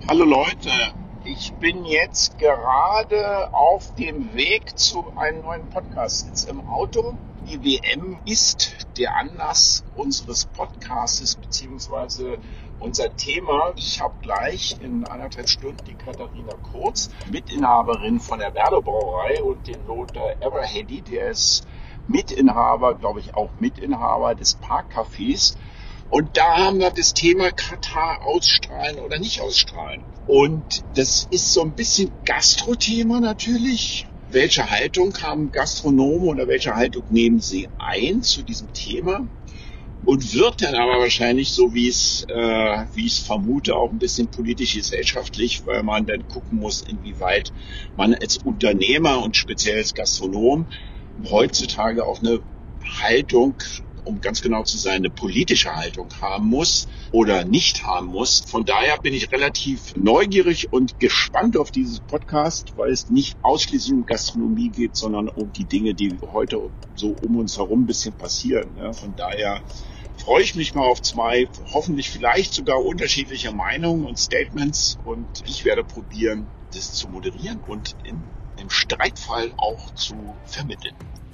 Hallo Leute, ich bin jetzt gerade auf dem Weg zu einem neuen Podcast. Sitze im Auto. Die WM ist der Anlass unseres Podcasts beziehungsweise unser Thema. Ich habe gleich in 1,5 Stunden die Katharina Kurz, Mitinhaberin von der Berlo Brauerei, und den Lothar Everheady, der ist Mitinhaber, glaube ich auch Mitinhaber des Parkcafés. Und da haben wir das Thema Katar ausstrahlen oder nicht ausstrahlen. Und das ist so ein bisschen Gastro-Thema natürlich. Welche Haltung haben Gastronomen oder welche Haltung nehmen sie ein zu diesem Thema? Und wird dann aber wahrscheinlich, so wie ich es vermute, auch ein bisschen politisch-gesellschaftlich, weil man dann gucken muss, inwieweit man als Unternehmer und speziell als Gastronom heutzutage auch eine Haltung, um ganz genau zu sein, eine politische Haltung haben muss oder nicht haben muss. Von daher bin ich relativ neugierig und gespannt auf dieses Podcast, weil es nicht ausschließlich um Gastronomie geht, sondern um die Dinge, die heute so um uns herum ein bisschen passieren. Ja, von daher freue ich mich mal auf 2, hoffentlich vielleicht sogar unterschiedliche Meinungen und Statements, und ich werde probieren, das zu moderieren und im Streitfall auch zu vermitteln.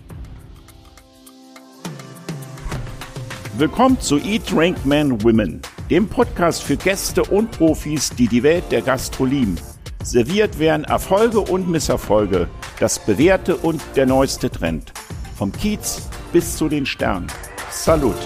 Willkommen zu Eat, Drink, Man, Women, dem Podcast für Gäste und Profis, die die Welt der Gastro lieben. Serviert werden Erfolge und Misserfolge, das Bewährte und der neueste Trend. Vom Kiez bis zu den Sternen. Salut!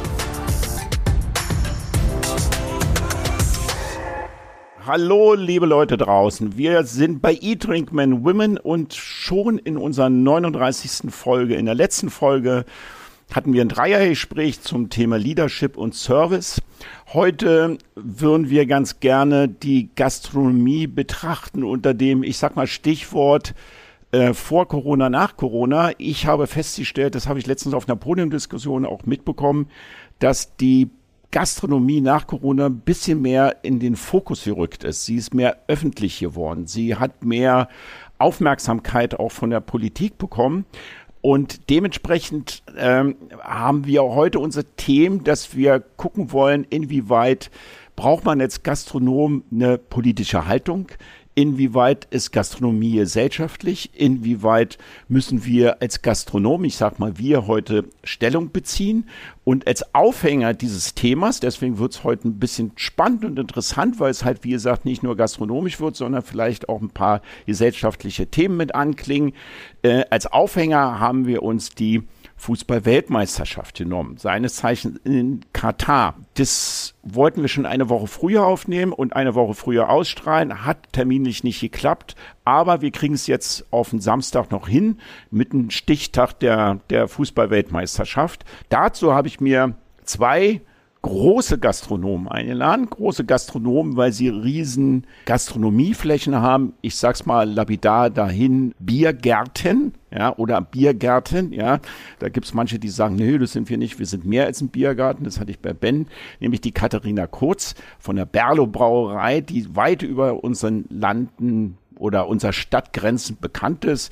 Hallo, liebe Leute draußen. Wir sind bei Eat, Drink, Man, Women und schon in unserer 39. Folge. In der letzten Folge hatten wir ein Dreiergespräch zum Thema Leadership und Service. Heute würden wir ganz gerne die Gastronomie betrachten unter dem, ich sag mal, Stichwort vor Corona, nach Corona. Ich habe festgestellt, das habe ich letztens auf einer Podiumdiskussion auch mitbekommen, dass die Gastronomie nach Corona ein bisschen mehr in den Fokus gerückt ist. Sie ist mehr öffentlich geworden. Sie hat mehr Aufmerksamkeit auch von der Politik bekommen. Und dementsprechend haben wir heute unser Thema, dass wir gucken wollen, inwieweit braucht man als Gastronom eine politische Haltung, inwieweit ist Gastronomie gesellschaftlich, inwieweit müssen wir als Gastronom, ich sag mal wir, heute Stellung beziehen. Und als Aufhänger dieses Themas, deswegen wird es heute ein bisschen spannend und interessant, weil es halt, wie gesagt, nicht nur gastronomisch wird, sondern vielleicht auch ein paar gesellschaftliche Themen mit anklingen. Als Aufhänger haben wir uns die Fußball-Weltmeisterschaft genommen, seines Zeichens in Katar. Das wollten wir schon eine Woche früher aufnehmen und eine Woche früher ausstrahlen, hat terminlich nicht geklappt, aber wir kriegen es jetzt auf den Samstag noch hin mit dem Stichtag der Fußball-Weltmeisterschaft. Dazu habe ich mir 2 große Gastronomen eingeladen. Große Gastronomen, weil sie riesen Gastronomieflächen haben. Ich sag's mal lapidar dahin, Biergärten, ja, oder Biergärten, ja. Da gibt's manche, die sagen, nö, das sind wir nicht, wir sind mehr als ein Biergarten. Das hatte ich bei Ben, nämlich die Katharina Kurz von der Berlo Brauerei, die weit über unseren Landen oder unserer Stadtgrenzen bekannt ist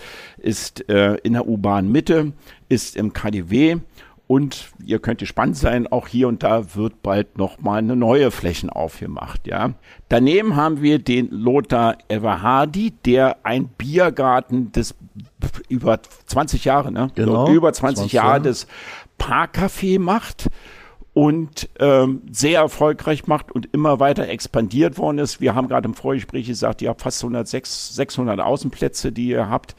in der U-Bahn Mitte, ist im KaDeWe. Und ihr könnt gespannt sein, auch hier und da wird bald nochmal eine neue Flächen aufgemacht, ja. Daneben haben wir den Lothar Everheady, der ein Biergarten des über 20 Jahre, ne? Genau, Über 20 Jahre des Parkcafé macht und sehr erfolgreich macht und immer weiter expandiert worden ist. Wir haben gerade im Vorgespräch gesagt, ihr habt fast 600 Außenplätze, die ihr habt.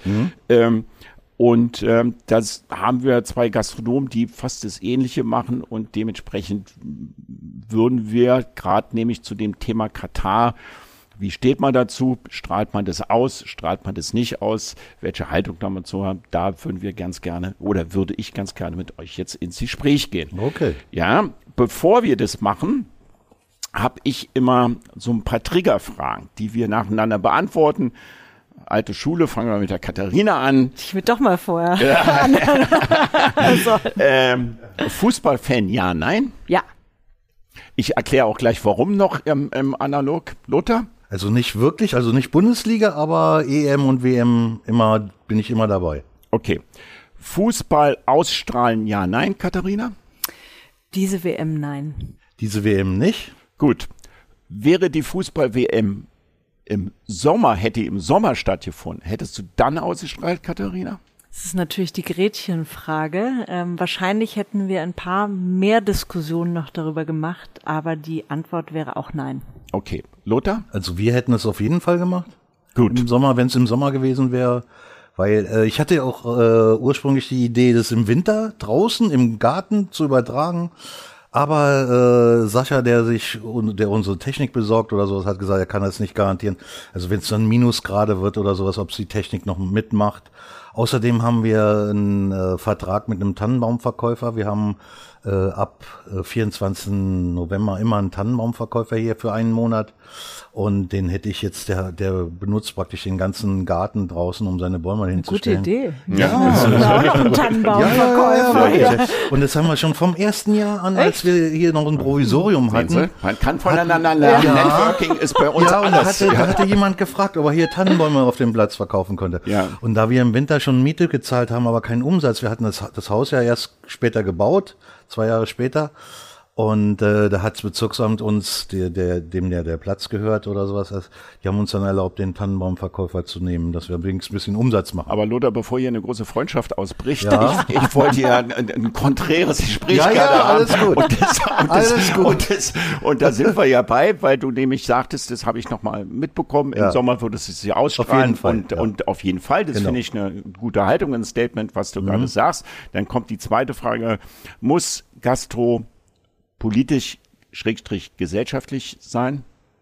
Und das haben wir 2 Gastronomen, die fast das Ähnliche machen, und dementsprechend würden wir gerade nämlich zu dem Thema Katar, wie steht man dazu, strahlt man das aus, strahlt man das nicht aus, welche Haltung da man zu haben, da würden wir ganz gerne oder würde ich ganz gerne mit euch jetzt ins Gespräch gehen. Okay. Ja, bevor wir das machen, habe ich immer so ein paar Triggerfragen, die wir nacheinander beantworten. Alte Schule, fangen wir mit der Katharina an. Ich will doch mal vorher. Ja. Also. Fußballfan, ja, nein? Ja. Ich erkläre auch gleich, warum noch im Analog. Lothar? Also nicht wirklich, also nicht Bundesliga, aber EM und WM bin ich immer dabei. Okay. Fußball ausstrahlen, ja, nein, Katharina? Diese WM, nein. Diese WM nicht? Gut. Wäre die Fußball-WM im Sommer stattgefunden, hättest du dann ausgestrahlt, Katharina? Das ist natürlich die Gretchenfrage. Wahrscheinlich hätten wir ein paar mehr Diskussionen noch darüber gemacht, aber die Antwort wäre auch nein. Okay. Lothar? Also wir hätten es auf jeden Fall gemacht. Gut. Im Sommer, wenn es im Sommer gewesen wäre. Weil ich hatte auch ursprünglich die Idee, das im Winter draußen im Garten zu übertragen. Aber Sascha, der unsere Technik besorgt oder sowas, hat gesagt, er kann das nicht garantieren. Also wenn es dann Minusgrade wird oder sowas, ob es die Technik noch mitmacht. Außerdem haben wir einen Vertrag mit einem Tannenbaumverkäufer. Wir haben ab 24. November immer einen Tannenbaumverkäufer hier für einen Monat. Und den hätte ich jetzt, der benutzt praktisch den ganzen Garten draußen, um seine Bäume hinzustellen. Gute Idee. Ja. Auch noch ein Tannenbaumverkäufer. Ja. Und das haben wir schon vom ersten Jahr an, als wir hier noch ein Provisorium hatten. Man kann voneinander lernen. Ja. Networking ist bei uns Ja, und alles. da hatte jemand gefragt, ob er hier Tannenbäume auf dem Platz verkaufen könnte. Ja. Und da wir im Winter schon Miete gezahlt haben, aber keinen Umsatz, wir hatten das Haus ja erst später gebaut, 2 Jahre später. Und da hat's Bezirksamt uns, dem der Platz gehört oder sowas, die haben uns dann erlaubt, den Tannenbaumverkäufer zu nehmen, dass wir wenigstens ein bisschen Umsatz machen. Aber Lothar, bevor hier eine große Freundschaft ausbricht, Ja. ich wollte hier ein konträres Gespräch Ja, gerade haben. alles gut. Alles gut. Und da sind wir ja bei, weil du nämlich sagtest, das habe ich nochmal mitbekommen, im Ja. Sommer würdest du sie ausstrahlen. Auf jeden Fall, Und auf jeden Fall, das Genau. finde ich eine gute Haltung, ein Statement, was du gerade sagst. Dann kommt die zweite Frage, muss Gastro politisch / gesellschaftlich sein?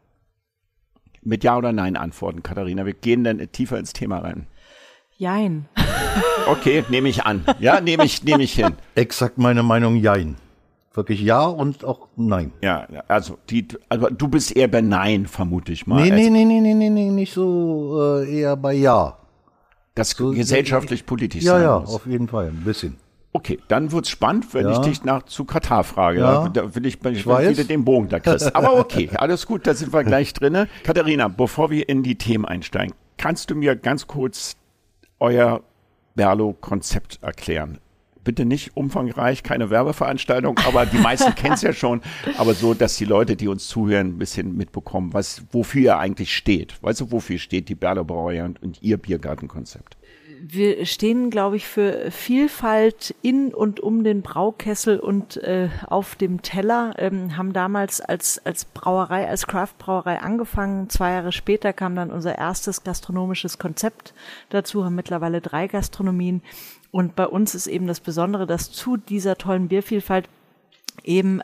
Mit Ja oder Nein antworten, Katharina. Wir gehen dann tiefer ins Thema rein. Jein. Okay, nehme ich an. Ja, nehme ich hin. Exakt meine Meinung, jein. Wirklich ja und auch nein. Ja, also du bist eher bei Nein, vermute ich mal. Nee, nicht so eher bei ja. Das gesellschaftlich politisch Ja, sein ja, muss. auf jeden Fall, ein bisschen. Okay, dann wird's spannend, wenn Ja. ich dich zu Katar frage. Ja. Da will ich weiß. wieder den Bogen da kriegst. Aber okay, alles gut, da sind wir gleich drinne. Katharina, bevor wir in die Themen einsteigen, kannst du mir ganz kurz euer Berlo-Konzept erklären? Bitte nicht umfangreich, keine Werbeveranstaltung, aber die meisten kennen es ja schon. Aber so, dass die Leute, die uns zuhören, ein bisschen mitbekommen, wofür ihr eigentlich steht. Weißt du, wofür steht die Berlo Brauerei und ihr Biergartenkonzept? Wir stehen, glaube ich, für Vielfalt in und um den Braukessel und auf dem Teller, haben damals als Brauerei, als Craft-Brauerei angefangen. 2 Jahre später kam dann unser erstes gastronomisches Konzept dazu, haben mittlerweile 3 Gastronomien. Und bei uns ist eben das Besondere, dass zu dieser tollen Biervielfalt eben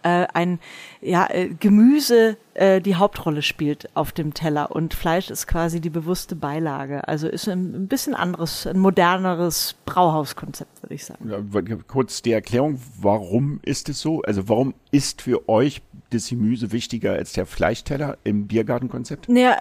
Gemüse die Hauptrolle spielt auf dem Teller und Fleisch ist quasi die bewusste Beilage. Also ist ein bisschen anderes, ein moderneres Brauhauskonzept, würde ich sagen. Ja, kurz die Erklärung, warum ist es so? Also warum ist für euch das Gemüse wichtiger als der Fleischteller im Biergartenkonzept? Naja,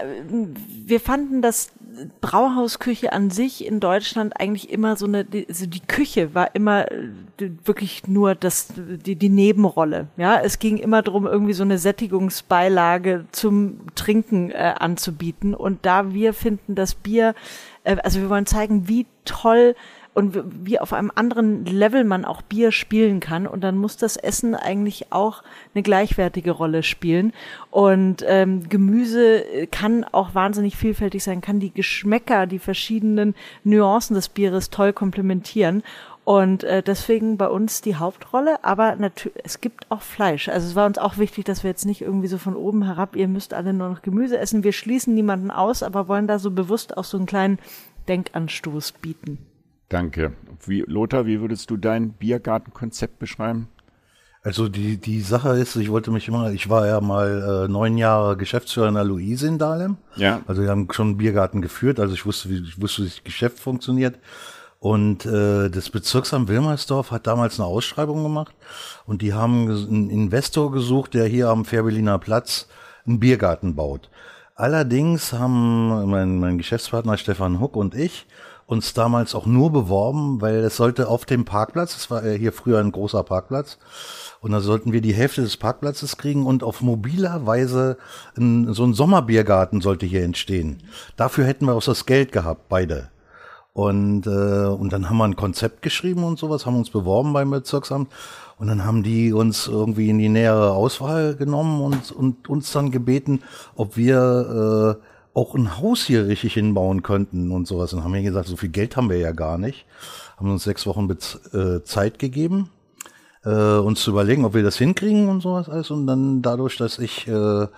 wir fanden, dass Brauhausküche an sich in Deutschland eigentlich immer die Küche war immer wirklich nur die Nebenrolle. Ja, es ging immer darum, irgendwie so eine Sättigungsbeilage zum Trinken anzubieten. Und da wir finden, dass Bier, also wir wollen zeigen, wie toll und wie auf einem anderen Level man auch Bier spielen kann. Und dann muss das Essen eigentlich auch eine gleichwertige Rolle spielen. Und Gemüse kann auch wahnsinnig vielfältig sein, kann die Geschmäcker, die verschiedenen Nuancen des Bieres toll komplementieren. Und deswegen bei uns die Hauptrolle, aber natürlich, es gibt auch Fleisch. Also es war uns auch wichtig, dass wir jetzt nicht irgendwie so von oben herab, ihr müsst alle nur noch Gemüse essen. Wir schließen niemanden aus, aber wollen da so bewusst auch so einen kleinen Denkanstoß bieten. Danke. Lothar, wie würdest du dein Biergartenkonzept beschreiben? Also die Sache ist, ich war ja mal 9 Jahre Geschäftsführer in der Luise in Dahlem. Ja. Also wir haben schon einen Biergarten geführt, also ich wusste, wie das Geschäft funktioniert. Und das Bezirksamt Wilmersdorf hat damals eine Ausschreibung gemacht und die haben einen Investor gesucht, der hier am Fährberliner Platz einen Biergarten baut. Allerdings haben mein Geschäftspartner Stefan Huck und ich uns damals auch nur beworben, weil es sollte auf dem Parkplatz, es war hier früher ein großer Parkplatz, und da sollten wir die Hälfte des Parkplatzes kriegen und auf mobiler Weise so ein Sommerbiergarten sollte hier entstehen. Dafür hätten wir auch das Geld gehabt, beide. Und dann haben wir ein Konzept geschrieben und sowas, haben uns beworben beim Bezirksamt und dann haben die uns irgendwie in die nähere Auswahl genommen und uns dann gebeten, ob wir auch ein Haus hier richtig hinbauen könnten und sowas. Und haben wir gesagt, so viel Geld haben wir ja gar nicht. Haben uns 6 Wochen Zeit gegeben, uns zu überlegen, ob wir das hinkriegen und sowas alles. Und dann dadurch, dass ich über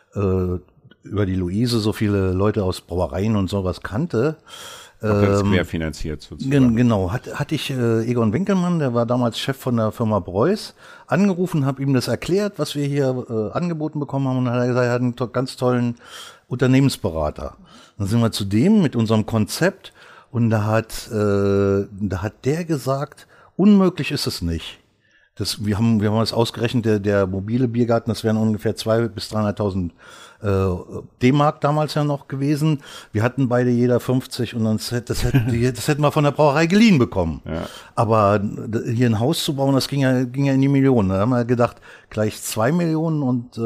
die Luise so viele Leute aus Brauereien und sowas kannte, querfinanziert sozusagen. Genau, hatte ich Egon Winkelmann, der war damals Chef von der Firma Preuß, angerufen, habe ihm das erklärt, was wir hier angeboten bekommen haben, und dann hat er gesagt, er hat einen ganz tollen Unternehmensberater. Dann sind wir zu dem mit unserem Konzept, und da hat der gesagt, unmöglich ist es nicht. Wir haben das ausgerechnet, der mobile Biergarten, das wären ungefähr 200.000 bis 300.000 D-Mark damals ja noch gewesen. Wir hatten beide jeder 50, und das hätten wir von der Brauerei geliehen bekommen. Ja. Aber hier ein Haus zu bauen, das ging ja in die Millionen. Da haben wir gedacht, gleich 2 Millionen, und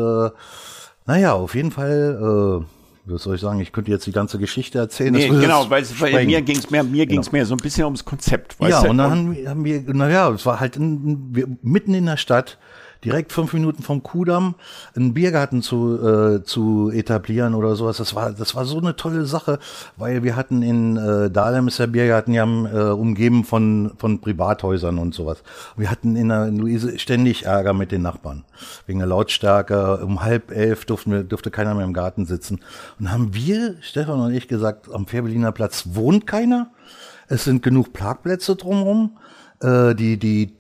auf jeden Fall, was soll ich sagen, ich könnte jetzt die ganze Geschichte erzählen. Nee, genau, weil mir ging's mehr so ein bisschen ums Konzept. Weißt du? Und dann haben wir, es war halt mitten in der Stadt, direkt 5 Minuten vom Kudamm, einen Biergarten zu etablieren oder sowas. Das war so eine tolle Sache, weil wir hatten in Dahlem ist der Biergarten ja umgeben von Privathäusern und sowas. Wir hatten in der Luise ständig Ärger mit den Nachbarn wegen der Lautstärke. Um 10:30 durfte keiner mehr im Garten sitzen. Und haben wir, Stefan und ich, gesagt, am Fehrbelliner Platz wohnt keiner. Es sind genug Parkplätze drumherum. Die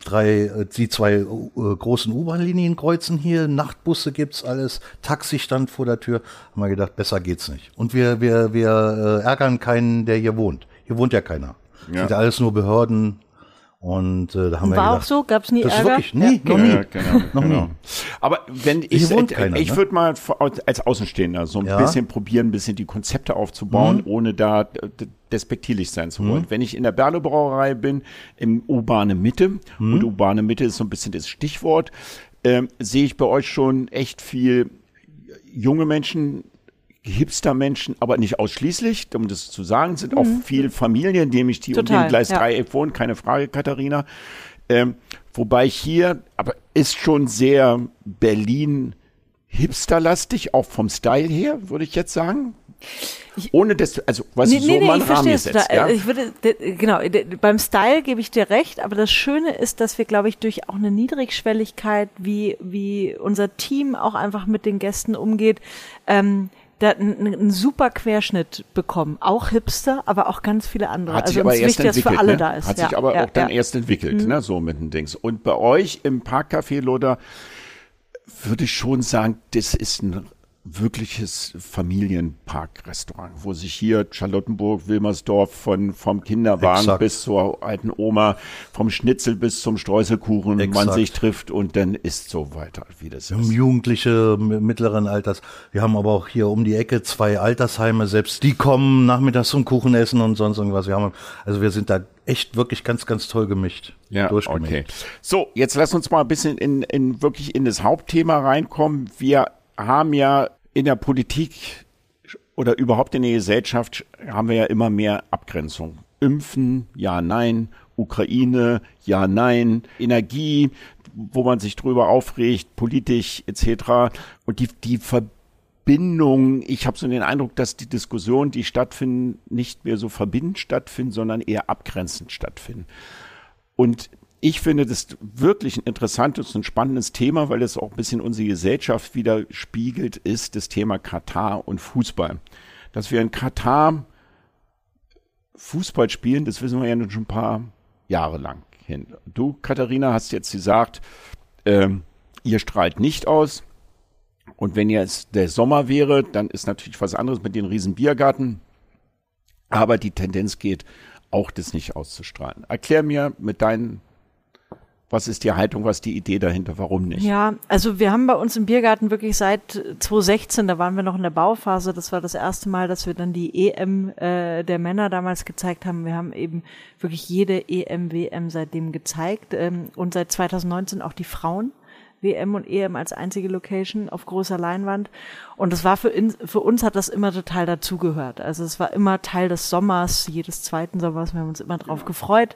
2 großen U-Bahn-Linien kreuzen hier, Nachtbusse gibt's alles, Taxi stand vor der Tür. Haben wir gedacht, besser geht's nicht. Und wir ärgern keinen, der hier wohnt. Hier wohnt ja keiner. Ja. Sind ja alles nur Behörden. Und da haben wir war gedacht, auch so, gab's nie das Ärger? Ist wirklich, noch nie. Noch nie. Aber wenn ich würde mal als Außenstehender so ein bisschen probieren, ein bisschen die Konzepte aufzubauen, ohne da despektierlich sein zu wollen. Wenn ich in der Berle Brauerei bin, im urbane Mitte, und urbane Mitte ist so ein bisschen das Stichwort, sehe ich bei euch schon echt viel junge Menschen, Hipster-Menschen, aber nicht ausschließlich, um das zu sagen, sind auch viel Familien, nämlich die Total, um den Gleis 3 wohnen, keine Frage, Katharina. Wobei hier, aber ist schon sehr Berlin hipsterlastig, auch vom Style her, würde ich jetzt sagen. Ohne das, also, weißt du, so man Rahmen setzt. Ja? Ich würde, genau, beim Style gebe ich dir recht, aber das Schöne ist, dass wir, glaube ich, durch auch eine Niedrigschwelligkeit, wie unser Team auch einfach mit den Gästen umgeht, da einen super Querschnitt bekommen. Auch Hipster, aber auch ganz viele andere. Hat sich aber erst wichtig, entwickelt, dass für alle ne? da ist. Hat sich aber auch dann erst entwickelt, ne? So mit den Dings. Und bei euch im Parkcafé Loder würde ich schon sagen, das ist ein wirkliches Familienparkrestaurant, wo sich hier Charlottenburg, Wilmersdorf vom Kinderwagen bis zur alten Oma, vom Schnitzel bis zum Streuselkuchen man sich trifft und dann ist so weiter, wie das ist. Jugendliche mittleren Alters. Wir haben aber auch hier um die Ecke 2 Altersheime, selbst die kommen nachmittags zum Kuchen essen und sonst irgendwas. Wir sind da echt wirklich ganz, ganz toll gemischt. Ja, durchgemischt. Okay. So, jetzt lass uns mal ein bisschen wirklich in das Hauptthema reinkommen. Wir haben ja in der Politik oder überhaupt in der Gesellschaft haben wir ja immer mehr Abgrenzung. Impfen, ja, nein. Ukraine, ja, nein. Energie, wo man sich drüber aufregt, politisch etc. Und die Verbindung, ich habe so den Eindruck, dass die Diskussionen, die stattfinden, nicht mehr so verbindend stattfinden, sondern eher abgrenzend stattfinden. Und ich finde das wirklich ein interessantes und spannendes Thema, weil es auch ein bisschen unsere Gesellschaft widerspiegelt, ist das Thema Katar und Fußball. Dass wir in Katar Fußball spielen, das wissen wir ja nun schon ein paar Jahre lang hin. Du, Katharina, hast jetzt gesagt, ihr strahlt nicht aus. Und wenn jetzt der Sommer wäre, dann ist natürlich was anderes mit den riesen Biergarten. Aber die Tendenz geht auch, das nicht auszustrahlen. Erklär mir was ist die Haltung, was ist die Idee dahinter, warum nicht? Ja, also wir haben bei uns im Biergarten wirklich seit 2016, da waren wir noch in der Bauphase, das war das erste Mal, dass wir dann die EM der Männer damals gezeigt haben. Wir haben eben wirklich jede EM, WM seitdem gezeigt und seit 2019 auch die Frauen. WM und EM als einzige Location auf großer Leinwand. Und das war für uns hat das immer total dazugehört. Also es war immer Teil des Sommers, jedes zweiten Sommers, wir haben uns immer drauf gefreut.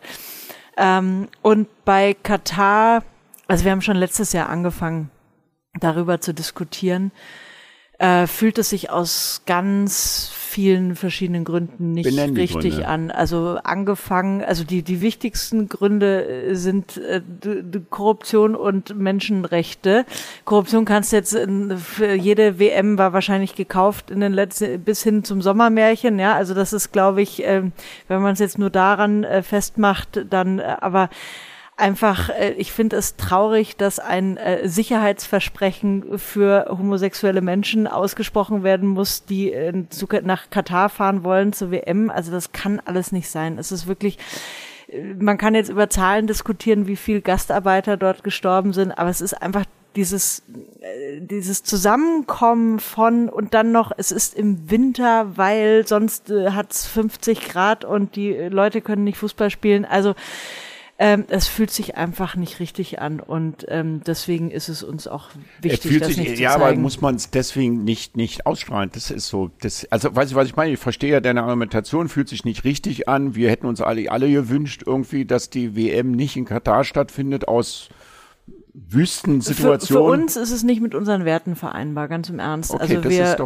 Und bei Katar, also wir haben schon letztes Jahr angefangen, darüber zu diskutieren. fühlt es sich aus ganz vielen verschiedenen Gründen nicht richtig an. Also angefangen, also die wichtigsten Gründe sind Korruption und Menschenrechte. Korruption kannst du jetzt für jede WM war wahrscheinlich gekauft in den letzten bis hin zum Sommermärchen, ja. Also das ist, glaube ich, wenn man es jetzt nur daran festmacht, dann aber einfach, ich finde es traurig, dass ein Sicherheitsversprechen für homosexuelle Menschen ausgesprochen werden muss, die nach Katar fahren wollen zur WM. Also das kann alles nicht sein. Es ist wirklich, man kann jetzt über Zahlen diskutieren, wie viel Gastarbeiter dort gestorben sind, aber es ist einfach dieses Zusammenkommen von und dann noch, es ist im Winter, weil sonst hat's 50 Grad und die Leute können nicht Fußball spielen. Also es fühlt sich einfach nicht richtig an und deswegen ist es uns auch wichtig, das nicht zu zeigen. Ja, aber muss man es deswegen nicht ausstrahlen? Das ist so, also weißt du, was ich meine? Ich verstehe ja deine Argumentation, fühlt sich nicht richtig an. Wir hätten uns alle gewünscht irgendwie, dass die WM nicht in Katar stattfindet aus Wüstensituation. Für uns ist es nicht mit unseren Werten vereinbar, ganz im Ernst. Okay,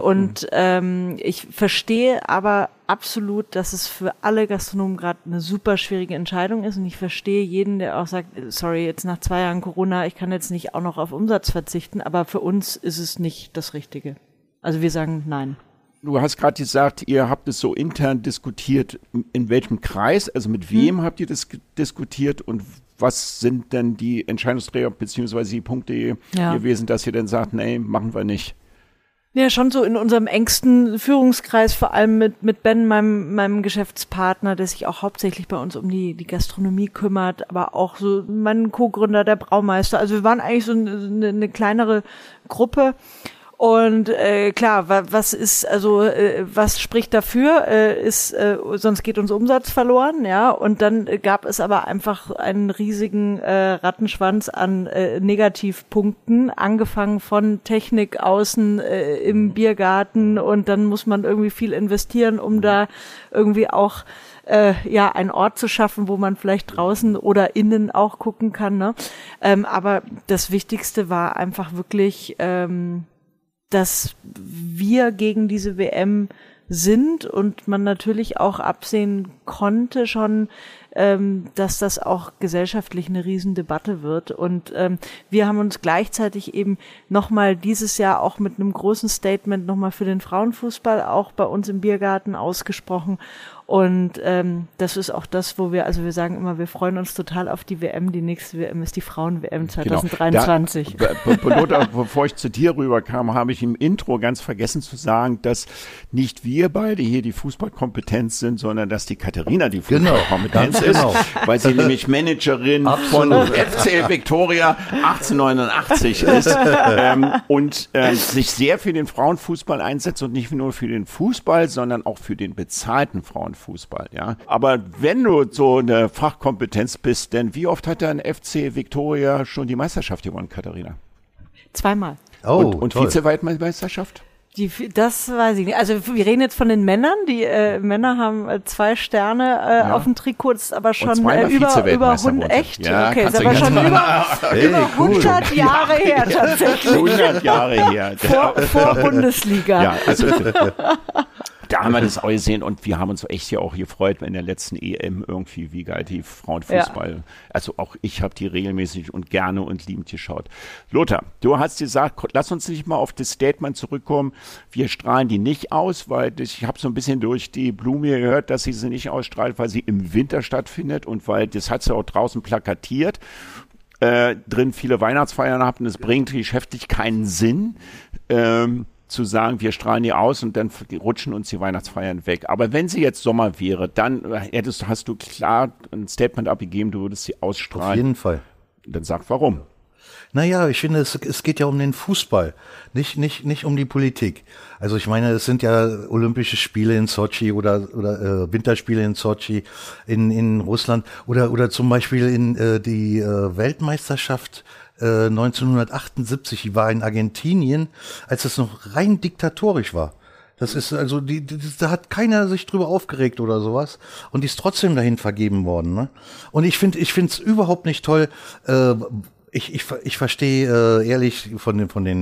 ich verstehe aber absolut, dass es für alle Gastronomen gerade eine super schwierige Entscheidung ist und ich verstehe jeden, der auch sagt, sorry, jetzt nach 2 Jahren Corona, ich kann jetzt nicht auch noch auf Umsatz verzichten, aber für uns ist es nicht das Richtige. Also wir sagen nein. Du hast gerade gesagt, ihr habt es so intern diskutiert. In welchem Kreis, also mit wem habt ihr das diskutiert und was sind denn die Entscheidungsträger beziehungsweise die Punkte gewesen, dass ihr dann sagt, nee, machen wir nicht? Ja, schon so in unserem engsten Führungskreis, vor allem mit Ben, meinem Geschäftspartner, der sich auch hauptsächlich bei uns um die Gastronomie kümmert, aber auch so mein Co-Gründer, der Braumeister. Also wir waren eigentlich so eine kleinere Gruppe. Und klar, was spricht dafür, sonst geht uns Umsatz verloren, ja. Und dann gab es aber einfach einen riesigen Rattenschwanz an Negativpunkten, angefangen von Technik außen im Biergarten und dann muss man irgendwie viel investieren, um da irgendwie auch einen Ort zu schaffen, wo man vielleicht draußen oder innen auch gucken kann, ne? Aber das Wichtigste war einfach wirklich dass wir gegen diese WM sind und man natürlich auch absehen konnte schon, dass das auch gesellschaftlich eine Riesendebatte wird. Und wir haben uns gleichzeitig eben nochmal dieses Jahr auch mit einem großen Statement nochmal für den Frauenfußball auch bei uns im Biergarten ausgesprochen. Und das ist auch das, wo wir sagen immer, wir freuen uns total auf die WM. Die nächste WM ist die Frauen-WM 2023. Lothar, bevor ich zu dir rüberkam, habe ich im Intro ganz vergessen zu sagen, dass nicht wir beide hier die Fußballkompetenz sind, sondern dass die Katharina die Fußballkompetenz ist, weil sie nämlich Managerin von FC Viktoria 1889 ist und sich sehr für den Frauenfußball einsetzt und nicht nur für den Fußball, sondern auch für den bezahlten Frauenfußball. Ja. Aber wenn du so eine Fachkompetenz bist, denn wie oft hat dein FC Viktoria schon die Meisterschaft gewonnen, Katharina? 2-mal. Oh, und Vize-Weltmeisterschaft? Das weiß ich nicht. Also wir reden jetzt von den Männern. Die Männer haben 2 Sterne auf dem Trikot, das ist aber schon über 100. Echt? Ja, okay, ist aber schon über 100 Jahre her tatsächlich. 100 Jahre her. Vor Bundesliga. Ja, also da haben wir das auch gesehen und wir haben uns echt ja auch gefreut in der letzten EM irgendwie, wie geil die Frauenfußball, also auch ich habe die regelmäßig und gerne und liebend geschaut. Lothar, du hast gesagt, lass uns nicht mal auf das Statement zurückkommen, wir strahlen die nicht aus, weil ich habe so ein bisschen durch die Blume gehört, dass sie nicht ausstrahlt, weil sie im Winter stattfindet und weil, das hat sie auch draußen plakatiert, drin viele Weihnachtsfeiern habt und es bringt geschäftlich keinen Sinn, zu sagen, wir strahlen die aus und dann rutschen uns die Weihnachtsfeiern weg. Aber wenn sie jetzt Sommer wäre, dann hast du klar ein Statement abgegeben, du würdest sie ausstrahlen. Auf jeden Fall. Dann sag warum. Naja, ich finde, es geht ja um den Fußball, nicht um die Politik. Also ich meine, es sind ja Olympische Spiele in Sochi oder Winterspiele in Sochi in Russland oder zum Beispiel in die Weltmeisterschaft 1978, die war in Argentinien, als es noch rein diktatorisch war. Das ist also, da hat keiner sich drüber aufgeregt oder sowas und die ist trotzdem dahin vergeben worden. Ne? Und ich finde es überhaupt nicht toll, Ich verstehe ehrlich von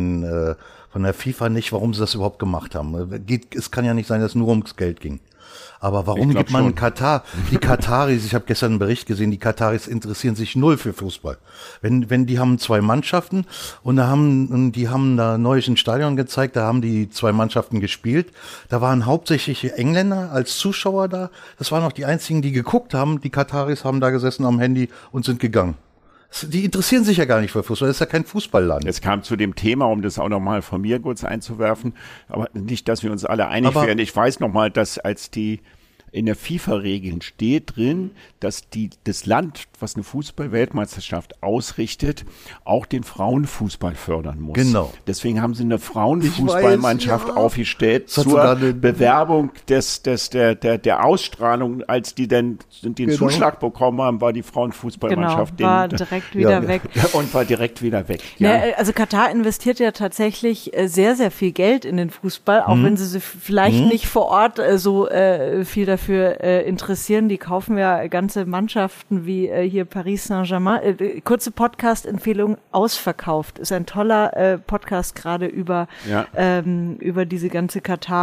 der FIFA nicht, warum sie das überhaupt gemacht haben. Es kann ja nicht sein, dass es nur ums Geld ging. Aber warum gibt man die Kataris, ich habe gestern einen Bericht gesehen, die Kataris interessieren sich null für Fußball. Wenn die haben 2 Mannschaften und die haben da neulich ein Stadion gezeigt, da haben die 2 Mannschaften gespielt. Da waren hauptsächlich Engländer als Zuschauer da. Das waren auch die einzigen, die geguckt haben. Die Kataris haben da gesessen am Handy und sind gegangen. Die interessieren sich ja gar nicht für Fußball, das ist ja kein Fußballland. Es kam zu dem Thema, um das auch nochmal von mir kurz einzuwerfen, aber nicht, dass wir uns alle einig werden. Ich weiß nochmal, dass als die in der FIFA-Regeln steht drin, dass das Land, was eine Fußball-Weltmeisterschaft ausrichtet, auch den Frauenfußball fördern muss. Genau. Deswegen haben sie eine Frauenfußballmannschaft aufgestellt zur Bewerbung der Ausstrahlung. Als die dann den Zuschlag bekommen haben, war die Frauenfußballmannschaft war direkt wieder weg. Und war direkt wieder weg. Ja. Also Katar investiert ja tatsächlich sehr, sehr viel Geld in den Fußball, auch wenn sie vielleicht nicht vor Ort so viel dafür interessieren. Die kaufen ja ganze Mannschaften wie hier Paris Saint-Germain. Kurze Podcast-Empfehlung, Ausverkauft. Ist ein toller Podcast gerade über diese ganze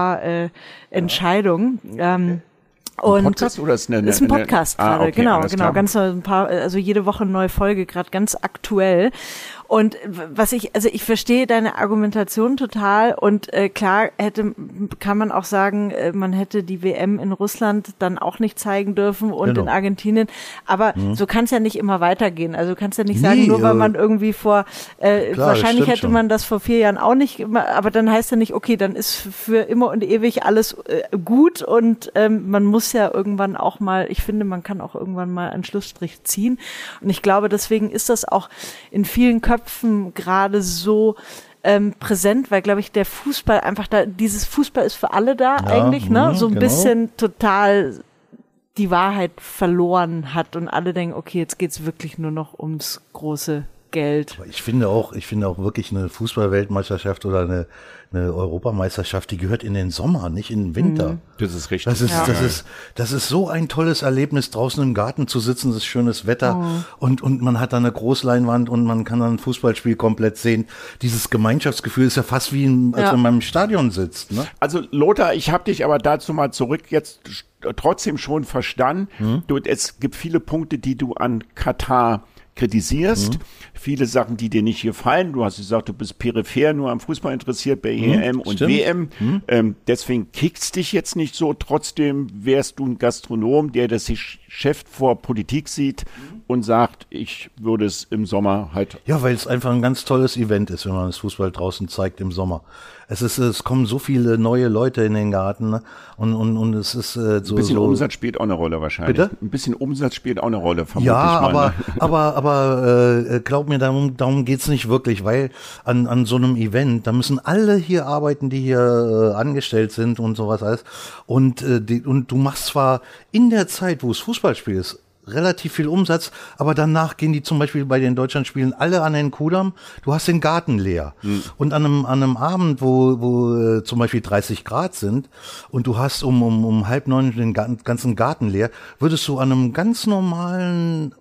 Katar-Entscheidung. Ein Podcast oder ist ist ein Podcast gerade, okay, genau, ganz ein paar, also jede Woche eine neue Folge, gerade ganz aktuell. Und ich verstehe deine Argumentation total und klar kann man auch sagen, man hätte die WM in Russland dann auch nicht zeigen dürfen und in Argentinien, aber so kann es ja nicht immer weitergehen. Also du kannst ja nicht sagen, nur weil man irgendwie wahrscheinlich hätte man das vor 4 Jahren auch nicht, aber dann heißt ja nicht, okay, dann ist für immer und ewig alles gut und man muss ja irgendwann auch mal, ich finde, man kann auch irgendwann mal einen Schlussstrich ziehen und ich glaube, deswegen ist das auch in vielen Köpfen gerade so präsent, weil, glaube ich, der Fußball einfach dieses Fußball ist für alle da eigentlich, ne? So ein bisschen total die Wahrheit verloren hat und alle denken, okay, jetzt geht's wirklich nur noch ums große Geld. Aber ich finde auch wirklich eine Fußball-Weltmeisterschaft oder eine Europameisterschaft, die gehört in den Sommer, nicht in den Winter. Das ist richtig. Das ist so ein tolles Erlebnis, draußen im Garten zu sitzen, es ist schönes Wetter und man hat da eine Großleinwand und man kann dann ein Fußballspiel komplett sehen. Dieses Gemeinschaftsgefühl ist ja fast wie als wenn man im Stadion sitzt. Ne? Also Lothar, ich habe dich aber dazu mal zurück jetzt trotzdem schon verstanden. Es gibt viele Punkte, die du an Katar kritisierst. Viele Sachen, die dir nicht gefallen. Du hast gesagt, du bist peripher nur am Fußball interessiert bei EM und WM. Deswegen kickst dich jetzt nicht so. Trotzdem wärst du ein Gastronom, der das Geschäft vor Politik sieht und sagt, ich würde es im Sommer halt. Ja, weil es einfach ein ganz tolles Event ist, wenn man das Fußball draußen zeigt im Sommer. Es kommen so viele neue Leute in den Garten, ne? und es ist so. Ein bisschen Umsatz spielt auch eine Rolle wahrscheinlich. Bitte? Ein bisschen Umsatz spielt auch eine Rolle, vermutlich. Ja, aber glaub mir, darum geht's nicht wirklich, weil an so einem Event, da müssen alle hier arbeiten, die hier angestellt sind und sowas alles. Und du machst zwar in der Zeit, wo es Fußballspiel ist, relativ viel Umsatz, aber danach gehen die zum Beispiel bei den Deutschlandspielen alle an den Kudamm, du hast den Garten leer. Und an einem Abend, wo zum Beispiel 30 Grad sind und du hast um 8:30 den ganzen Garten leer, würdest du an einem ganz normalen,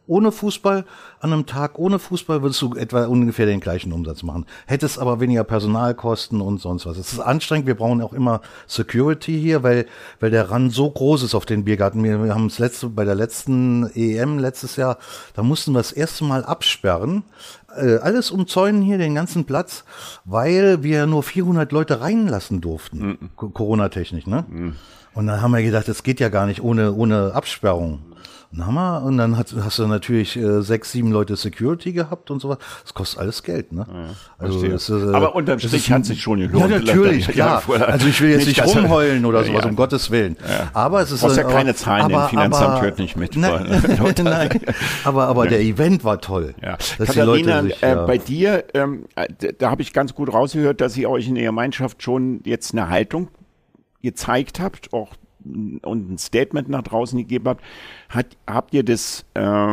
an einem Tag ohne Fußball würdest du etwa ungefähr den gleichen Umsatz machen. Hättest aber weniger Personalkosten und sonst was. Es ist anstrengend, wir brauchen auch immer Security hier, weil der Rand so groß ist auf den Biergarten. Wir haben bei der letzten EM letztes Jahr, da mussten wir das erste Mal absperren, alles umzäunen hier, den ganzen Platz, weil wir nur 400 Leute reinlassen durften, Corona-technisch, ne? Und dann haben wir gedacht, das geht ja gar nicht ohne Absperrung. Und dann hast du natürlich 6, 7 Leute Security gehabt und sowas. Das kostet alles Geld, ne? Ja, also aber unterm Strich hat sich schon gelohnt. Ja, natürlich, klar. Also ich will jetzt nicht rumheulen oder sowas, um Gottes Willen. Ja. Aber es ist ja keine Zahlen, im Finanzamt hört nicht mit. Nein, aber der Event war toll. Ja. Katharina, bei dir, da habe ich ganz gut rausgehört, dass ihr euch in der Gemeinschaft schon jetzt eine Haltung gezeigt habt, auch und ein Statement nach draußen gegeben habt ihr das,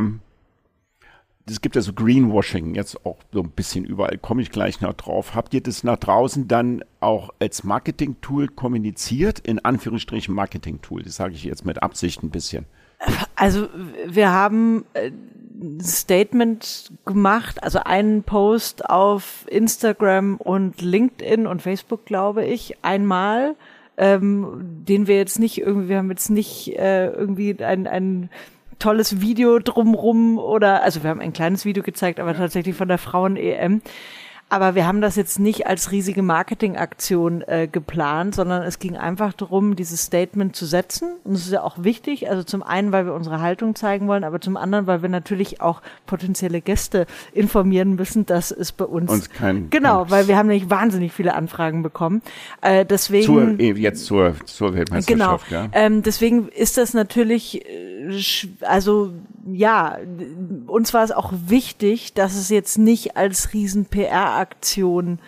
es gibt ja so Greenwashing jetzt auch so ein bisschen überall, komme ich gleich noch drauf. Habt ihr das nach draußen dann auch als Marketing-Tool kommuniziert? In Anführungsstrichen Marketing-Tool, das sage ich jetzt mit Absicht ein bisschen. Also wir haben Statement gemacht, also einen Post auf Instagram und LinkedIn und Facebook, glaube ich, einmal, den wir jetzt nicht irgendwie, wir haben jetzt nicht irgendwie ein tolles Video drumrum oder, also wir haben ein kleines Video gezeigt, aber tatsächlich von der Frauen-EM. Aber wir haben das jetzt nicht als riesige Marketingaktion geplant, sondern es ging einfach darum, dieses Statement zu setzen. Und das ist ja auch wichtig. Also zum einen, weil wir unsere Haltung zeigen wollen, aber zum anderen, weil wir natürlich auch potenzielle Gäste informieren müssen, dass es bei uns genau, weil wir haben nämlich wahnsinnig viele Anfragen bekommen. Deswegen zur Weltmeisterschaft. Genau. Ja. Deswegen ist das natürlich, also ja, uns war es auch wichtig, dass es jetzt nicht als riesen PR-Aktion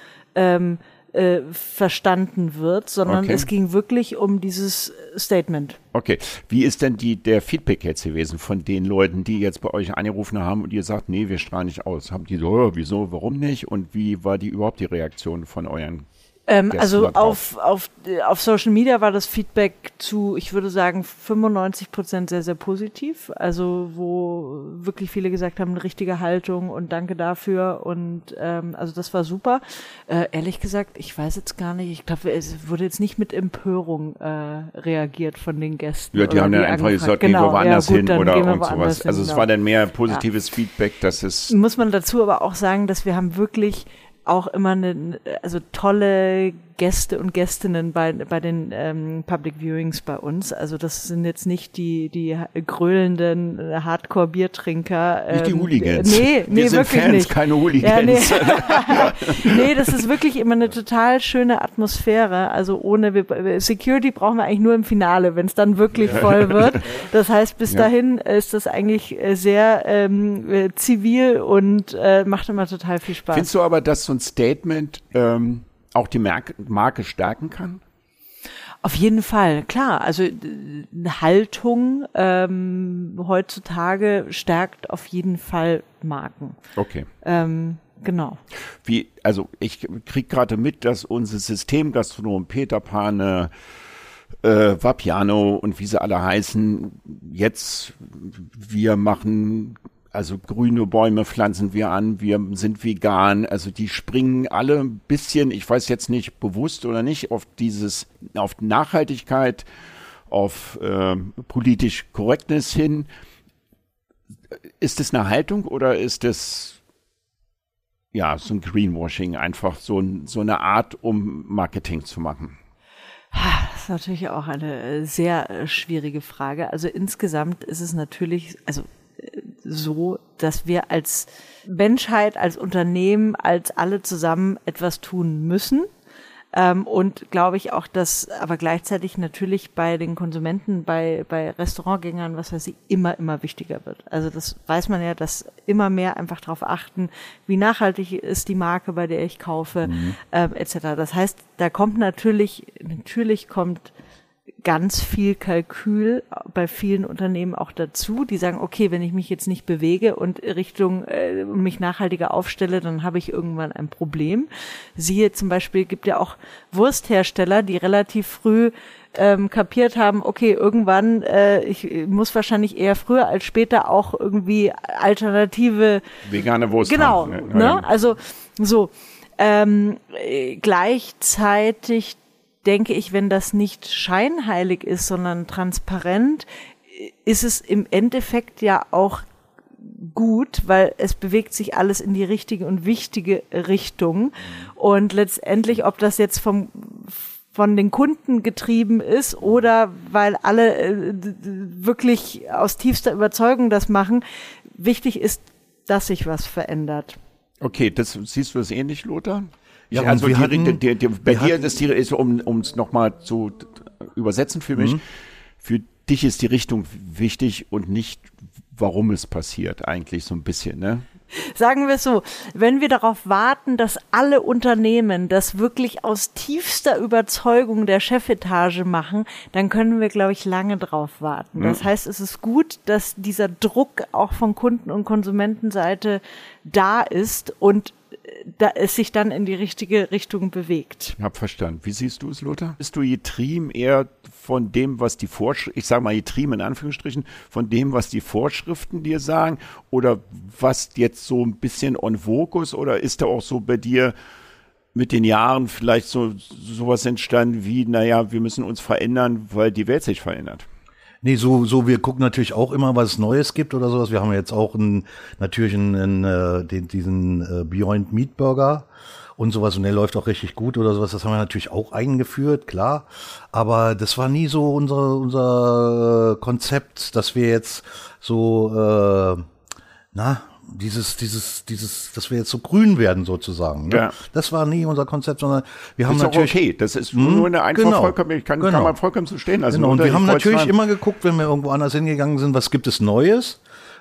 verstanden wird, sondern es ging wirklich um dieses Statement. Okay. Wie ist denn der Feedback jetzt gewesen von den Leuten, die jetzt bei euch angerufen haben und ihr sagt, nee, wir strahlen nicht aus? Haben die so, wieso, warum nicht? Und wie war überhaupt die Reaktion von euren also auf Social Media war das Feedback zu, ich würde sagen, 95% sehr, sehr positiv. Also wo wirklich viele gesagt haben, eine richtige Haltung und danke dafür. Und also das war super. Ehrlich gesagt, ich weiß jetzt gar nicht, ich glaube, es wurde jetzt nicht mit Empörung reagiert von den Gästen. Ja, die haben dann einfach gesagt, gehen wir woanders hin oder und sowas. Also es war dann mehr positives Feedback, dass es... Muss man dazu aber auch sagen, dass wir haben wirklich auch immer tolle Gäste und Gästinnen bei den Public Viewings bei uns. Also das sind jetzt nicht die gröhlenden Hardcore-Biertrinker. Nicht die Hooligans. Nee, wir sind wirklich Fans, nicht. Keine Hooligans. Ja, nee, das ist wirklich immer eine total schöne Atmosphäre. Also Security brauchen wir eigentlich nur im Finale, wenn es dann wirklich voll wird. Das heißt, bis dahin ist das eigentlich sehr zivil und macht immer total viel Spaß. Findest du aber, dass so ein Statement auch die Marke stärken kann? Auf jeden Fall, klar. Also eine Haltung heutzutage stärkt auf jeden Fall Marken. Okay. Genau. Also ich kriege gerade mit, dass unser Systemgastronom Peter Pane, Vapiano und wie sie alle heißen, wir machen... Also grüne Bäume pflanzen wir an, wir sind vegan, also die springen alle ein bisschen, ich weiß jetzt nicht, bewusst oder nicht, auf Nachhaltigkeit, auf politisch Korrektness hin. Ist das eine Haltung oder ist das so ein Greenwashing, einfach so eine Art, um Marketing zu machen? Das ist natürlich auch eine sehr schwierige Frage. Also insgesamt ist es natürlich, so, dass wir als Menschheit, als Unternehmen, als alle zusammen etwas tun müssen. Und glaube ich auch, dass aber gleichzeitig natürlich bei den Konsumenten, bei Restaurantgängern, was weiß ich, immer wichtiger wird. Also das weiß man ja, dass immer mehr einfach darauf achten, wie nachhaltig ist die Marke, bei der ich kaufe, etc. Das heißt, da kommt natürlich kommt ganz viel Kalkül bei vielen Unternehmen auch dazu, die sagen, okay, wenn ich mich jetzt nicht bewege und mich nachhaltiger aufstelle, dann habe ich irgendwann ein Problem. Siehe zum Beispiel, gibt ja auch Wursthersteller, die relativ früh kapiert haben, okay, irgendwann, ich muss wahrscheinlich eher früher als später auch irgendwie alternative vegane Wurst haben. Genau, ne? Also so. Gleichzeitig denke ich, wenn das nicht scheinheilig ist, sondern transparent, ist es im Endeffekt ja auch gut, weil es bewegt sich alles in die richtige und wichtige Richtung. Und letztendlich, ob das jetzt von den Kunden getrieben ist oder weil alle wirklich aus tiefster Überzeugung das machen, wichtig ist, dass sich was verändert. Okay, siehst du das ähnlich, Lothar? Ja, also bei dir ist um es nochmal zu übersetzen für mich, für dich ist die Richtung wichtig und nicht, warum es passiert, eigentlich so ein bisschen, ne? Sagen wir es so, wenn wir darauf warten, dass alle Unternehmen das wirklich aus tiefster Überzeugung der Chefetage machen, dann können wir, glaube ich, lange drauf warten. Das heißt, es ist gut, dass dieser Druck auch von Kunden- und Konsumentenseite da ist und da es sich dann in die richtige Richtung bewegt. Ich hab verstanden. Wie siehst du es, Lothar? Bist du getrieben eher von dem, was die Vorschriften, ich sage mal getrieben in Anführungsstrichen, von dem, was die Vorschriften dir sagen, oder was jetzt so ein bisschen on vogue ist, oder ist da auch so bei dir mit den Jahren vielleicht sowas entstanden wie, naja, wir müssen uns verändern, weil die Welt sich verändert? Nee, so, wir gucken natürlich auch immer, was Neues gibt oder sowas. Wir haben jetzt auch diesen Beyond Meat Burger und sowas, und der läuft auch richtig gut oder sowas. Das haben wir natürlich auch eingeführt, klar. Aber das war nie so unser Konzept, dass wir jetzt so, dass wir jetzt so grün werden sozusagen. Ne? Ja. Das war nie unser Konzept, sondern wir haben natürlich. Okay, das ist nur eine einfach vollkommen, kann man vollkommen so stehen lassen. Genau. Und wir haben natürlich immer geguckt, wenn wir irgendwo anders hingegangen sind, was gibt es Neues?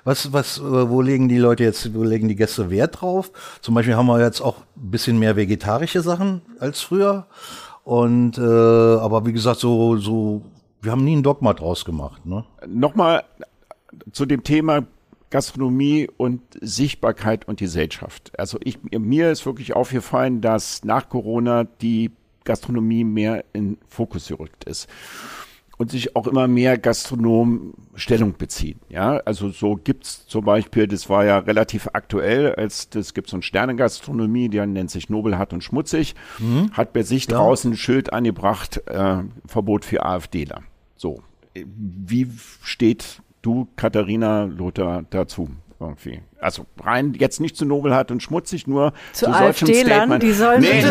Wo legen die Gäste Wert drauf? Zum Beispiel haben wir jetzt auch ein bisschen mehr vegetarische Sachen als früher. Und, aber wie gesagt, wir haben nie ein Dogma draus gemacht, ne? Nochmal zu dem Thema Gastronomie und Sichtbarkeit und Gesellschaft. Also mir ist wirklich aufgefallen, dass nach Corona die Gastronomie mehr in Fokus gerückt ist und sich auch immer mehr Gastronomen Stellung beziehen. Ja, also so gibt's zum Beispiel, das war ja relativ aktuell, das gibt so eine Sternengastronomie, die nennt sich Nobelhart und Schmutzig, hat bei sich draußen ein Schild angebracht, Verbot für AfDler. So, wie steht du, Katharina, Lothar, dazu irgendwie? Also rein jetzt nicht zu Nobelhart und Schmutzig, nur zu solchem Statement. Die sollen nicht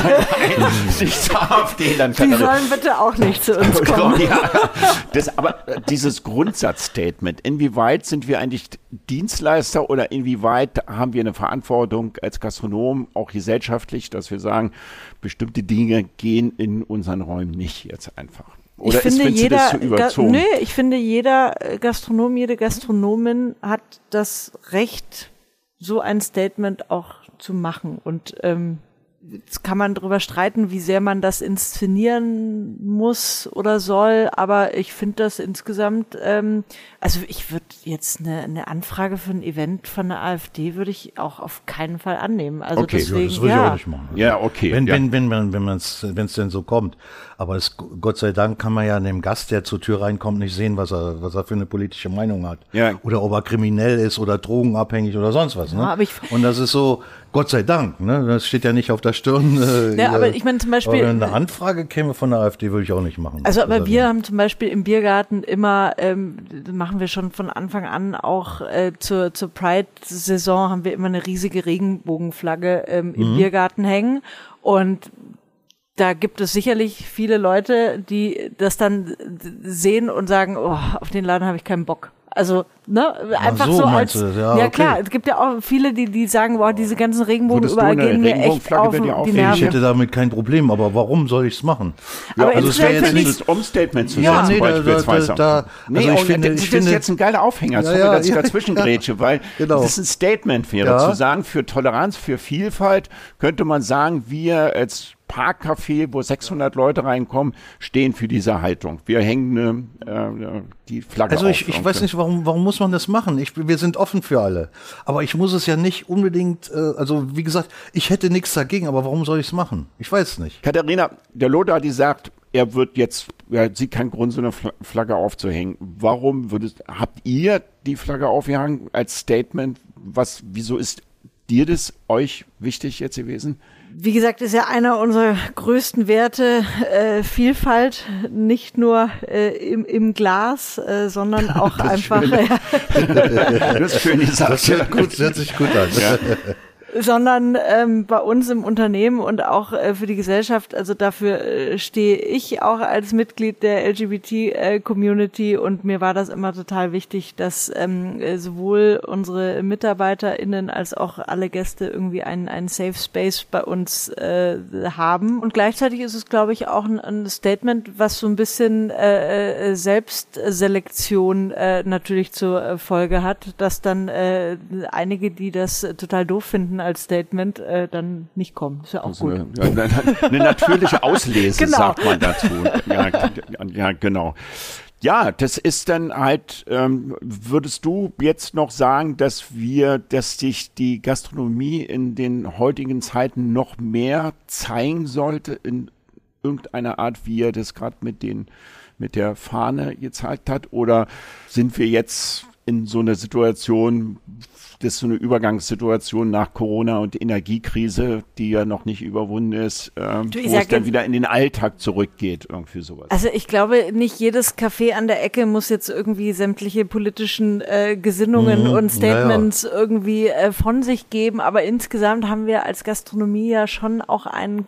zu AfDlern. Die sollen bitte auch nicht zu uns kommen. Ja, aber dieses Grundsatzstatement, inwieweit sind wir eigentlich Dienstleister oder inwieweit haben wir eine Verantwortung als Gastronom, auch gesellschaftlich, dass wir sagen, bestimmte Dinge gehen in unseren Räumen nicht jetzt einfach? Oder findest du das zu überzogen? Ich finde, jeder Gastronom, jede Gastronomin hat das Recht, so ein Statement auch zu machen. Und jetzt kann man darüber streiten, wie sehr man das inszenieren muss oder soll. Aber ich finde das insgesamt, also ich würde jetzt eine Anfrage für ein Event von der AfD würde ich auch auf keinen Fall annehmen. Also okay, das würde ich auch nicht machen. Ja, okay. Wenn es denn so kommt. Aber Gott sei Dank kann man ja dem Gast, der zur Tür reinkommt, nicht sehen, was er für eine politische Meinung hat. Ja. Oder ob er kriminell ist oder drogenabhängig oder sonst was. Ne? Ja, aber und das ist so, Gott sei Dank, ne? Das steht ja nicht auf der Stirn. Ja, aber ich meine zum Beispiel, wenn eine Anfrage käme von der AfD, würde ich auch nicht machen. Also, aber wir haben zum Beispiel im Biergarten immer, machen wir schon von Anfang an auch zur Pride-Saison haben wir immer eine riesige Regenbogenflagge im Biergarten hängen, und da gibt es sicherlich viele Leute, die das dann sehen und sagen, oh, auf den Laden habe ich keinen Bock. Also, ne, einfach so als, ja okay. Klar, es gibt ja auch viele, die sagen, boah, diese ganzen Regenbogen überall gehen mir echt auf die Nerven. Ich hätte damit kein Problem, aber warum soll ich es machen? Ja, aber also es wäre jetzt nicht um Statement zu setzen, beispielsweise. Ich finde, das ist jetzt ein geiler Aufhänger, sorry, dass ich dazwischen grätsche, weil das ein Statement wäre, zu sagen, für Toleranz, für Vielfalt, könnte man sagen, wir als Parkcafé, wo 600 Leute reinkommen, stehen für diese Haltung. Wir hängen die Flagge auf. Also ich weiß nicht, warum muss man das machen? Wir sind offen für alle. Aber ich muss es ja nicht unbedingt, also wie gesagt, ich hätte nichts dagegen, aber warum soll ich es machen? Ich weiß es nicht. Katharina, der Lothar, die sagt, er sieht keinen Grund, so eine Flagge aufzuhängen. Warum habt ihr die Flagge aufgehangen als Statement? Wieso ist euch wichtig jetzt gewesen? Wie gesagt, ist ja einer unserer größten Werte Vielfalt, nicht nur im Glas, sondern auch einfach. Das ist schön gesagt. Das hört sich gut an. Ja. Sondern bei uns im Unternehmen und auch für die Gesellschaft. Also dafür stehe ich auch als Mitglied der LGBT-Community, und mir war das immer total wichtig, dass sowohl unsere MitarbeiterInnen als auch alle Gäste irgendwie einen Safe Space bei uns haben. Und gleichzeitig ist es, glaube ich, auch ein Statement, was so ein bisschen Selbstselektion natürlich zur Folge hat, dass dann einige, die das total doof finden als Statement, dann nicht kommen. Ist ja auch gut. Eine natürliche Auslese, genau. Sagt man dazu. Ja, genau. Ja, das ist dann halt, würdest du jetzt noch sagen, dass sich die Gastronomie in den heutigen Zeiten noch mehr zeigen sollte in irgendeiner Art, wie er das gerade mit der Fahne gezeigt hat? Oder sind wir jetzt in so einer Situation, das ist so eine Übergangssituation nach Corona und Energiekrise, die ja noch nicht überwunden ist, wo es dann wieder in den Alltag zurückgeht, irgendwie sowas. Also ich glaube, nicht jedes Café an der Ecke muss jetzt irgendwie sämtliche politischen Gesinnungen und Statements irgendwie von sich geben, aber insgesamt haben wir als Gastronomie ja schon auch eine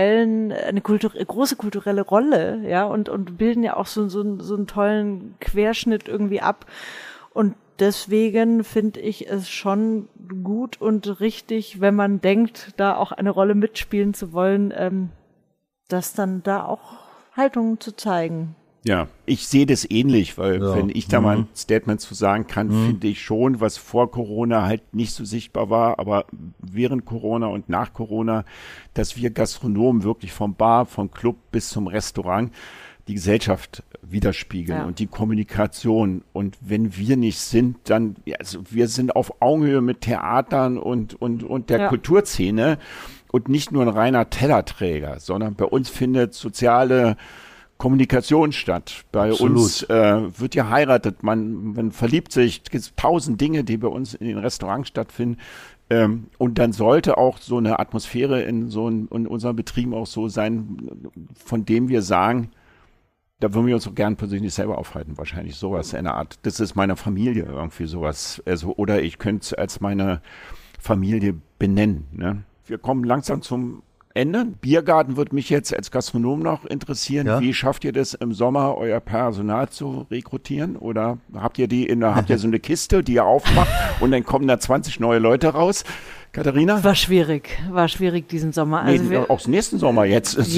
große kulturelle Rolle, ja, und bilden ja auch so einen tollen Querschnitt irgendwie ab. Und deswegen finde ich es schon gut und richtig, wenn man denkt, da auch eine Rolle mitspielen zu wollen, das dann da auch Haltung zu zeigen. Ja, ich sehe das ähnlich, weil wenn ich da mal ein Statement zu sagen kann, finde ich schon, was vor Corona halt nicht so sichtbar war, aber während Corona und nach Corona, dass wir Gastronomen wirklich vom Bar, vom Club bis zum Restaurant die Gesellschaft widerspiegeln und die Kommunikation. Und wenn wir nicht sind, dann, also wir sind auf Augenhöhe mit Theatern und der Kulturszene und nicht nur ein reiner Tellerträger, sondern bei uns findet soziale Kommunikation statt. Bei uns wird ja heiratet, man verliebt sich, es gibt 1000 Dinge, die bei uns in den Restaurants stattfinden. Und dann sollte auch so eine Atmosphäre in unserem Betrieb auch so sein, von dem wir sagen, da würden wir uns so gern persönlich selber aufhalten, wahrscheinlich sowas in der Art. Das ist meine Familie irgendwie sowas. Also, oder ich könnte es als meine Familie benennen. Ne? Wir kommen langsam zum Ende. Biergarten würde mich jetzt als Gastronom noch interessieren. Ja. Wie schafft ihr das im Sommer, euer Personal zu rekrutieren? Oder habt ihr so eine Kiste, die ihr aufmacht und dann kommen da 20 neue Leute raus? Katharina? War schwierig diesen Sommer. Also auch nächsten Sommer jetzt. Ich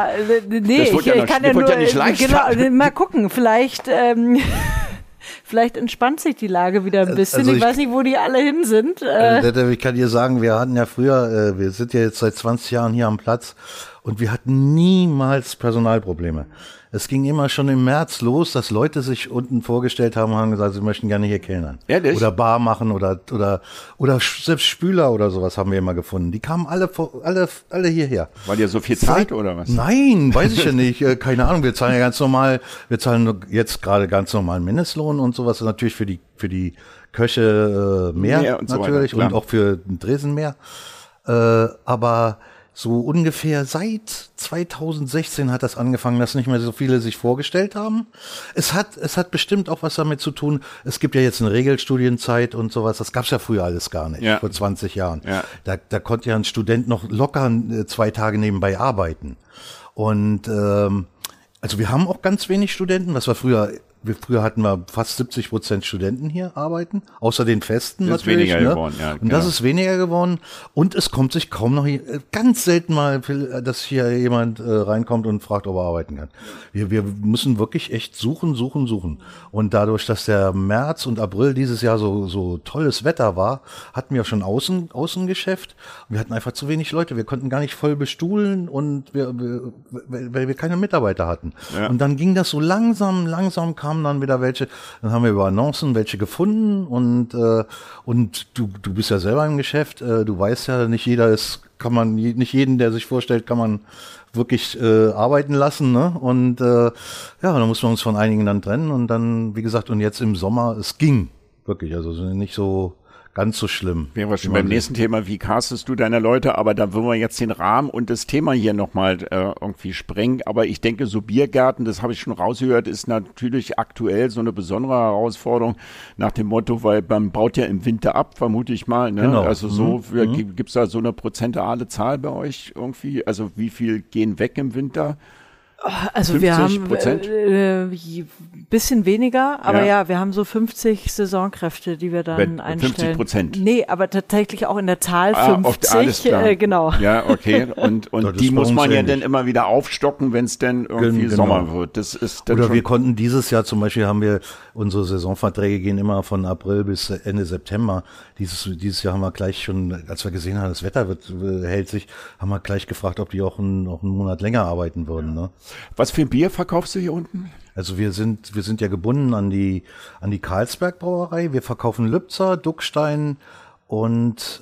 kann ja nur nicht leicht mal gucken, vielleicht entspannt sich die Lage wieder ein bisschen. Also ich weiß nicht, wo die alle hin sind. Ich kann dir sagen, wir hatten ja früher, wir sind ja jetzt seit 20 Jahren hier am Platz und wir hatten niemals Personalprobleme. Es ging immer schon im März los, dass Leute sich unten vorgestellt haben und haben gesagt, sie möchten gerne hier kellnern. Ehrlich? Oder Bar machen oder selbst Spüler oder sowas haben wir immer gefunden. Die kamen alle hierher. War dir so viel Zeit oder was? Nein, weiß ich ja nicht. Keine Ahnung, wir zahlen jetzt gerade ganz normal Mindestlohn und sowas. Natürlich für die Köche mehr und natürlich so weiter, und auch für den Dresen mehr. Aber so ungefähr seit 2016 hat das angefangen, dass nicht mehr so viele sich vorgestellt haben. Es hat bestimmt auch was damit zu tun. Es gibt ja jetzt eine Regelstudienzeit und sowas. Das gab's ja früher alles gar nicht, vor 20 Jahren. Ja. Da konnte ja ein Student noch locker 2 Tage nebenbei arbeiten. Und also wir haben auch ganz wenig Studenten, was wir früher hatten wir fast 70% Studenten hier arbeiten, außer den Festen das natürlich. Ist weniger geworden, ja. Und das ist weniger geworden. Und es kommt sich kaum noch, ganz selten mal, dass hier jemand reinkommt und fragt, ob er arbeiten kann. Wir müssen wirklich echt suchen. Und dadurch, dass der März und April dieses Jahr so tolles Wetter war, hatten wir schon Außengeschäft. Und wir hatten einfach zu wenig Leute. Wir konnten gar nicht voll bestuhlen und weil wir keine Mitarbeiter hatten. Ja. Und dann ging das so langsam kamen dann wieder welche, dann haben wir über Annoncen welche gefunden und du bist ja selber im Geschäft, du weißt ja, nicht jeden, der sich vorstellt, kann man wirklich arbeiten lassen, ne? Und dann mussten wir uns von einigen dann trennen und dann, wie gesagt, und jetzt im Sommer, es ging wirklich, also nicht so ganz so schlimm. Wären wir schon beim nächsten Thema, wie castest du deine Leute, aber da wollen wir jetzt den Rahmen und das Thema hier nochmal irgendwie sprengen, aber ich denke, so Biergärten, das habe ich schon rausgehört, ist natürlich aktuell so eine besondere Herausforderung nach dem Motto, weil man baut ja im Winter ab, vermute ich mal, ne? Genau. Also gibt's da so eine prozentuale Zahl bei euch irgendwie, also wie viel gehen weg im Winter? Also 50%? Wir haben bisschen weniger, aber wir haben so 50 Saisonkräfte, die wir dann einstellen. 50%? Nee, aber tatsächlich auch in der Zahl 50. Alles klar. Genau. Ja, okay. Und die muss man ja dann immer wieder aufstocken, wenn es denn irgendwie Sommer wird. Das ist dann oder wir konnten dieses Jahr zum Beispiel unsere Saisonverträge gehen immer von April bis Ende September. Dieses Jahr haben wir gleich schon, als wir gesehen haben, das Wetter hält sich, haben wir gleich gefragt, ob die auch einen Monat länger arbeiten würden. Ne? Was für ein Bier verkaufst du hier unten? Also wir sind ja gebunden an die Carlsberg Brauerei. Wir verkaufen Lübzer, Duckstein und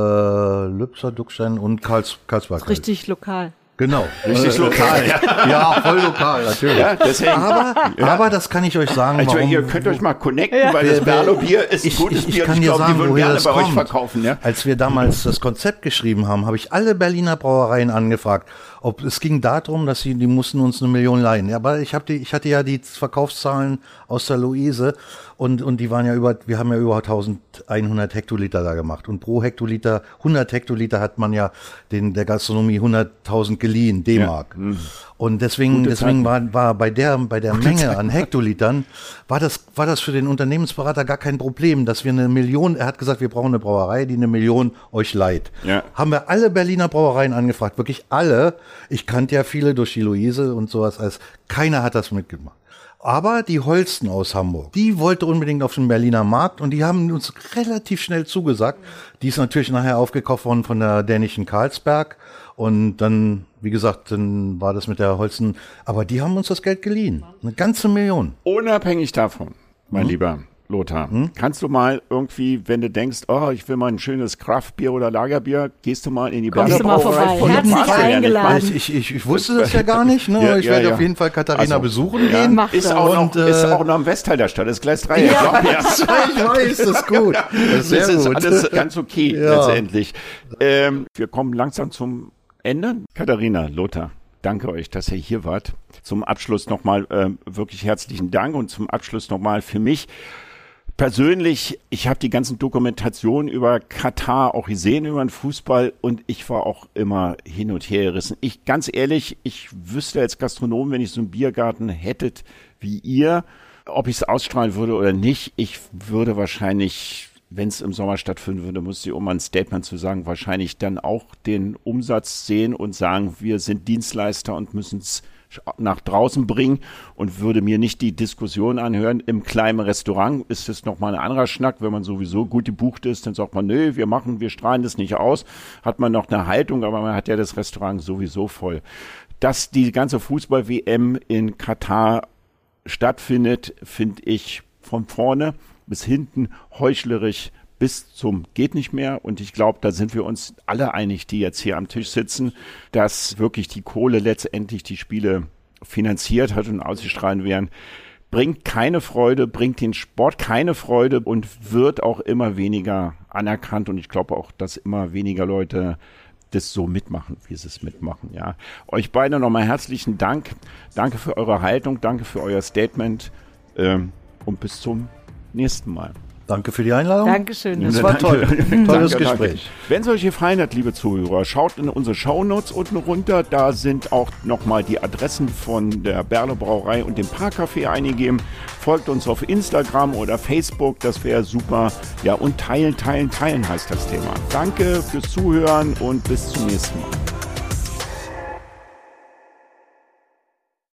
Carlsberg. Richtig lokal. Genau. Richtig lokal. Ja, voll lokal, natürlich. Ja, deswegen, aber das kann ich euch sagen, also, warum. ihr könnt euch mal connecten, weil das Berlo-Bier ist ein gutes Bier. Ich glaube, die würden gerne bei euch verkaufen. Ja? Als wir damals das Konzept geschrieben haben, habe ich alle Berliner Brauereien angefragt. Es ging darum, dass die mussten uns 1 Million leihen. Ja, aber ich hatte ja die Verkaufszahlen aus der Luise und die waren ja wir haben ja über 1100 Hektoliter da gemacht. Und pro Hektoliter, 100 Hektoliter hat man ja der Gastronomie 100.000 geliehen, D-Mark. Ja. Und deswegen war bei der Menge an Hektolitern, war das für den Unternehmensberater gar kein Problem, dass wir 1 Million, er hat gesagt, wir brauchen eine Brauerei, die 1 Million euch leiht. Ja. Haben wir alle Berliner Brauereien angefragt, wirklich alle. Ich kannte ja viele durch die Luise und sowas, keiner hat das mitgemacht. Aber die Holsten aus Hamburg, die wollte unbedingt auf den Berliner Markt und die haben uns relativ schnell zugesagt. Die ist natürlich nachher aufgekauft worden von der dänischen Carlsberg und dann, wie gesagt, dann war das mit der Holsten. Aber die haben uns das Geld geliehen. 1 ganze Million. Unabhängig davon, mein Lieber Lothar, kannst du mal irgendwie, wenn du denkst, oh, ich will mal ein schönes Kraftbier oder Lagerbier, gehst du mal in die Kommst du mal vorbei. Herzlich eingeladen. Ich wusste das ja gar nicht. Ne? Ja, ich werde auf jeden Fall Katharina besuchen gehen. Ist auch noch am Westteil der Stadt, ist Gleis 3. Ich weiß, das ist gut. Das ist alles ganz okay letztendlich. Wir kommen langsam zum Ende. Katharina, Lothar, danke euch, dass ihr hier wart. Zum Abschluss nochmal wirklich herzlichen Dank und zum Abschluss nochmal für mich persönlich, ich habe die ganzen Dokumentationen über Katar auch gesehen, über den Fußball und ich war auch immer hin und her gerissen. Ganz ehrlich, ich wüsste als Gastronom, wenn ich so einen Biergarten hättet wie ihr, ob ich es ausstrahlen würde oder nicht. Ich würde wahrscheinlich, wenn es im Sommer stattfinden würde, muss ich, um ein Statement zu sagen, wahrscheinlich dann auch den Umsatz sehen und sagen, wir sind Dienstleister und müssen es nach draußen bringen und würde mir nicht die Diskussion anhören. Im kleinen Restaurant ist es nochmal ein anderer Schnack. Wenn man sowieso gut gebucht ist, dann sagt man, nö, wir strahlen das nicht aus. Hat man noch eine Haltung, aber man hat ja das Restaurant sowieso voll. Dass die ganze Fußball-WM in Katar stattfindet, finde ich von vorne bis hinten heuchlerisch bis zum geht nicht mehr. Und ich glaube, da sind wir uns alle einig, die jetzt hier am Tisch sitzen, dass wirklich die Kohle letztendlich die Spiele finanziert hat und ausgestrahlt werden. Bringt keine Freude, bringt den Sport keine Freude und wird auch immer weniger anerkannt. Und ich glaube auch, dass immer weniger Leute das so mitmachen, wie sie es mitmachen. Ja. Euch beide nochmal herzlichen Dank. Danke für eure Haltung, danke für euer Statement und bis zum nächsten Mal. Danke für die Einladung. Dankeschön. Das war toll. Tolles Gespräch. Wenn es euch gefallen hat, liebe Zuhörer, schaut in unsere Shownotes unten runter. Da sind auch nochmal die Adressen von der Berle Brauerei und dem Parkcafé eingegeben. Folgt uns auf Instagram oder Facebook, das wäre super. Ja, und teilen heißt das Thema. Danke fürs Zuhören und bis zum nächsten Mal.